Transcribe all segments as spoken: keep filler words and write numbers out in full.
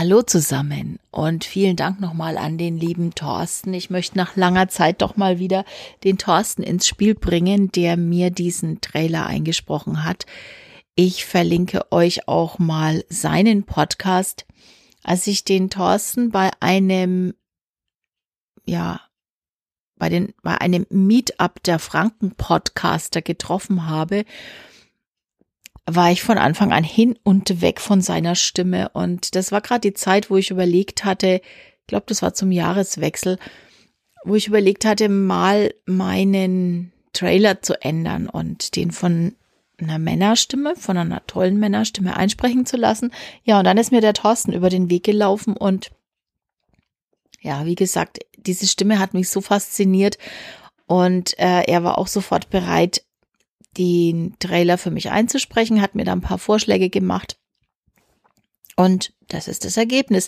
Hallo zusammen und vielen Dank nochmal an den lieben Thorsten. Ich möchte nach langer Zeit doch mal wieder den Thorsten ins Spiel bringen, der mir diesen Trailer eingesprochen hat. Ich verlinke euch auch mal seinen Podcast. Als ich den Thorsten bei einem, ja, bei den, bei einem Meetup der Franken-Podcaster getroffen habe, war ich von Anfang an hin und weg von seiner Stimme. Und das war gerade die Zeit, wo ich überlegt hatte, ich glaube, das war zum Jahreswechsel, wo ich überlegt hatte, mal meinen Trailer zu ändern und den von einer Männerstimme, von einer tollen Männerstimme einsprechen zu lassen. Ja, und dann ist mir der Thorsten über den Weg gelaufen und ja, wie gesagt, diese Stimme hat mich so fasziniert und äh, er war auch sofort bereit, den Trailer für mich einzusprechen, hat mir da ein paar Vorschläge gemacht und das ist das Ergebnis.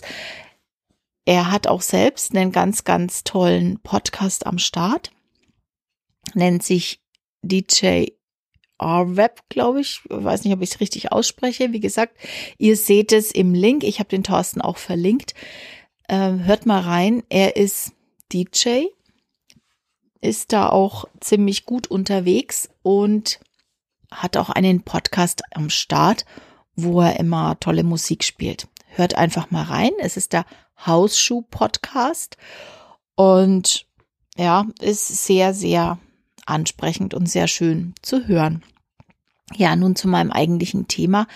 Er hat auch selbst einen ganz, ganz tollen Podcast am Start, nennt sich D J R-Web, glaube ich. Ich weiß nicht, ob ich es richtig ausspreche. Wie gesagt, ihr seht es im Link. Ich habe den Thorsten auch verlinkt. Ähm, hört mal rein. Er ist D J, ist da auch ziemlich gut unterwegs und hat auch einen Podcast am Start, wo er immer tolle Musik spielt. Hört einfach mal rein. Es ist der Hausschuh-Podcast und ja, ist sehr, sehr ansprechend und sehr schön zu hören. Ja, nun zu meinem eigentlichen Thema.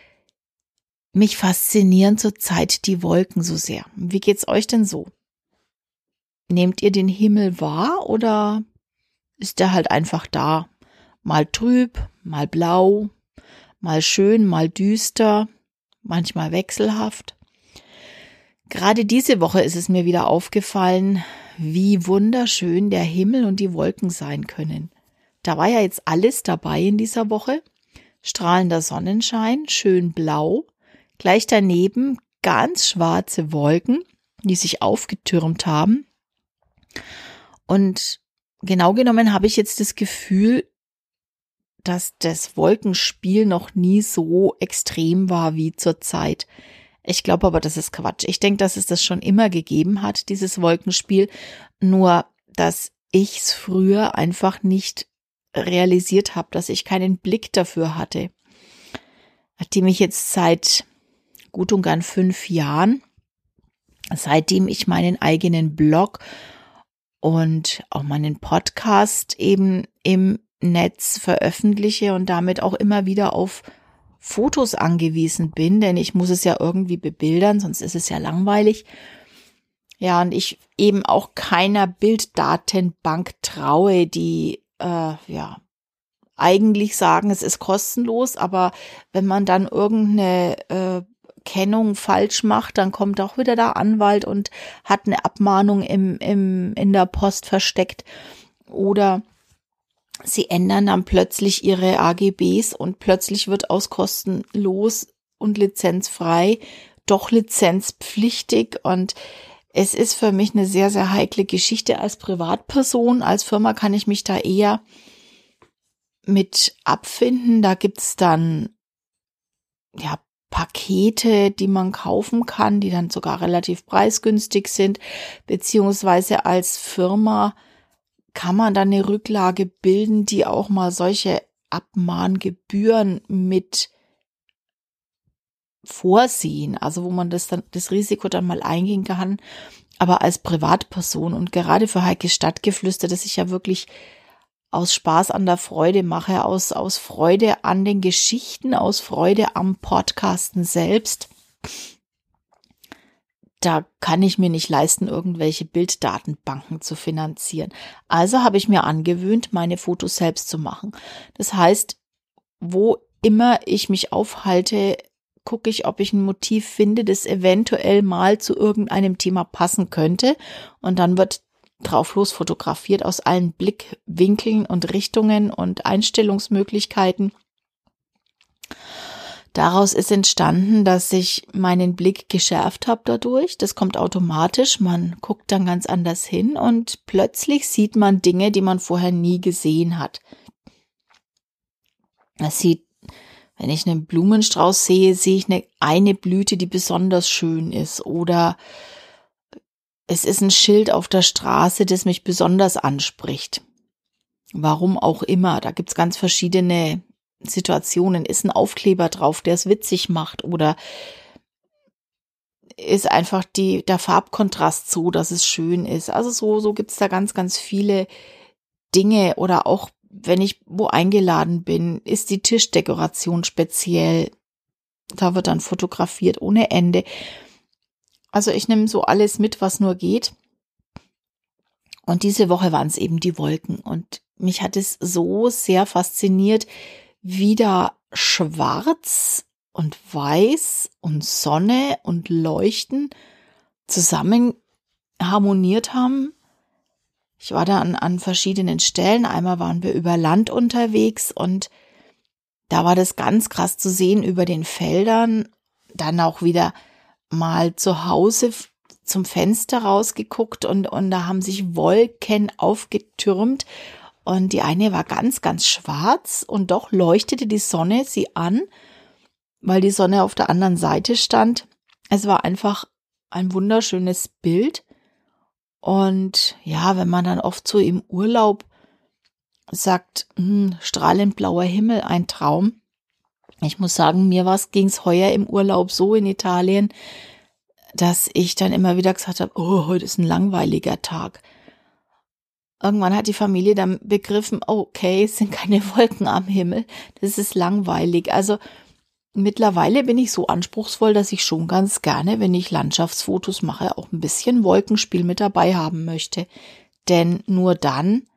Mich faszinieren zurzeit die Wolken so sehr. Wie geht's euch denn so? Nehmt ihr den Himmel wahr oder ist der halt einfach da? Mal trüb, mal blau, mal schön, mal düster, manchmal wechselhaft. Gerade diese Woche ist es mir wieder aufgefallen, wie wunderschön der Himmel und die Wolken sein können. Da war ja jetzt alles dabei in dieser Woche. Strahlender Sonnenschein, schön blau, gleich daneben ganz schwarze Wolken, die sich aufgetürmt haben. Und genau genommen habe ich jetzt das Gefühl, dass das Wolkenspiel noch nie so extrem war wie zurzeit. Ich glaube aber, das ist Quatsch. Ich denke, dass es das schon immer gegeben hat, dieses Wolkenspiel. Nur, dass ich es früher einfach nicht realisiert habe, dass ich keinen Blick dafür hatte. Nachdem ich jetzt seit gut und gern fünf Jahren, seitdem ich meinen eigenen Blog und auch meinen Podcast eben im Netz veröffentliche und damit auch immer wieder auf Fotos angewiesen bin, denn ich muss es ja irgendwie bebildern, sonst ist es ja langweilig. Ja, und ich eben auch keiner Bilddatenbank traue, die äh, ja eigentlich sagen, es ist kostenlos, aber wenn man dann irgendeine äh, Kennung falsch macht, dann kommt auch wieder der Anwalt und hat eine Abmahnung im, im, in der Post versteckt oder sie ändern dann plötzlich ihre A G Bs und plötzlich wird aus kostenlos und lizenzfrei doch lizenzpflichtig und es ist für mich eine sehr, sehr heikle Geschichte als Privatperson. Als Firma kann ich mich da eher mit abfinden. Da gibt's dann ja Pakete, die man kaufen kann, die dann sogar relativ preisgünstig sind, beziehungsweise als Firma kann man dann eine Rücklage bilden, die auch mal solche Abmahngebühren mit vorsehen, also wo man das dann das Risiko dann mal eingehen kann, aber als Privatperson und gerade für Heikes Stadtgeflüster, das ich ja wirklich aus Spaß an der Freude mache, aus aus Freude an den Geschichten, aus Freude am Podcasten selbst. Da kann ich mir nicht leisten, irgendwelche Bilddatenbanken zu finanzieren. Also habe ich mir angewöhnt, meine Fotos selbst zu machen. Das heißt, wo immer ich mich aufhalte, gucke ich, ob ich ein Motiv finde, das eventuell mal zu irgendeinem Thema passen könnte. Und dann wird drauf los fotografiert aus allen Blickwinkeln und Richtungen und Einstellungsmöglichkeiten. Daraus ist entstanden, dass ich meinen Blick geschärft habe dadurch. Das kommt automatisch. Man guckt dann ganz anders hin und plötzlich sieht man Dinge, die man vorher nie gesehen hat. Man sieht Wenn ich einen Blumenstrauß sehe, sehe ich eine, eine Blüte, die besonders schön ist. Oder es ist ein Schild auf der Straße, das mich besonders anspricht. Warum auch immer. Da gibt's ganz verschiedene Situationen. Ist ein Aufkleber drauf, der es witzig macht, oder ist einfach die, der Farbkontrast so, dass es schön ist. Also so, so gibt's da ganz, ganz viele Dinge. Oder auch, wenn ich wo eingeladen bin, ist die Tischdekoration speziell. Da wird dann fotografiert ohne Ende. Also ich nehme so alles mit, was nur geht. Und diese Woche waren es eben die Wolken. Und mich hat es so sehr fasziniert, wie da schwarz und weiß und Sonne und Leuchten zusammen harmoniert haben. Ich war da an, an verschiedenen Stellen. Einmal waren wir über Land unterwegs und da war das ganz krass zu sehen über den Feldern. Dann auch wieder mal zu Hause zum Fenster rausgeguckt und, und da haben sich Wolken aufgetürmt. Und die eine war ganz, ganz schwarz und doch leuchtete die Sonne sie an, weil die Sonne auf der anderen Seite stand. Es war einfach ein wunderschönes Bild. Und ja, wenn man dann oft so im Urlaub sagt, hm, strahlend blauer Himmel, ein Traum. Ich muss sagen, mir ging es heuer im Urlaub so in Italien, dass ich dann immer wieder gesagt habe, oh, heute ist ein langweiliger Tag. Irgendwann hat die Familie dann begriffen, okay, es sind keine Wolken am Himmel, das ist langweilig. Also mittlerweile bin ich so anspruchsvoll, dass ich schon ganz gerne, wenn ich Landschaftsfotos mache, auch ein bisschen Wolkenspiel mit dabei haben möchte. Denn nur dann,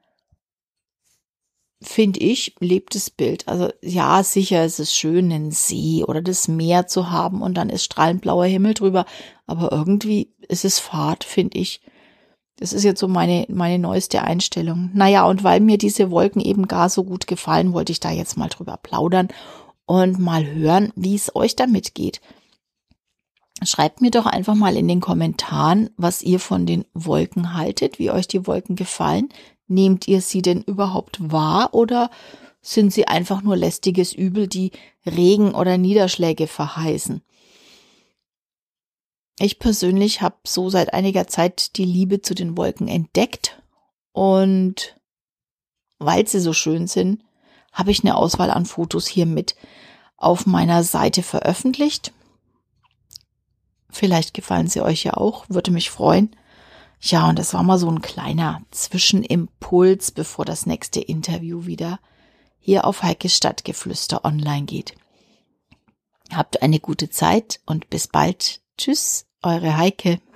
finde ich, lebt das Bild. Also ja, sicher ist es schön, einen See oder das Meer zu haben und dann ist strahlend blauer Himmel drüber. Aber irgendwie ist es fad, finde ich. Das ist jetzt so meine, meine neueste Einstellung. Naja, und weil mir diese Wolken eben gar so gut gefallen, wollte ich da jetzt mal drüber plaudern und mal hören, wie es euch damit geht. Schreibt mir doch einfach mal in den Kommentaren, was ihr von den Wolken haltet, wie euch die Wolken gefallen. Nehmt ihr sie denn überhaupt wahr oder sind sie einfach nur lästiges Übel, die Regen oder Niederschläge verheißen? Ich persönlich habe so seit einiger Zeit die Liebe zu den Wolken entdeckt und weil sie so schön sind, habe ich eine Auswahl an Fotos hier mit auf meiner Seite veröffentlicht. Vielleicht gefallen sie euch ja auch, würde mich freuen. Ja, und das war mal so ein kleiner Zwischenimpuls, bevor das nächste Interview wieder hier auf Heikes Stadtgeflüster online geht. Habt eine gute Zeit und bis bald. Tschüss, eure Heike.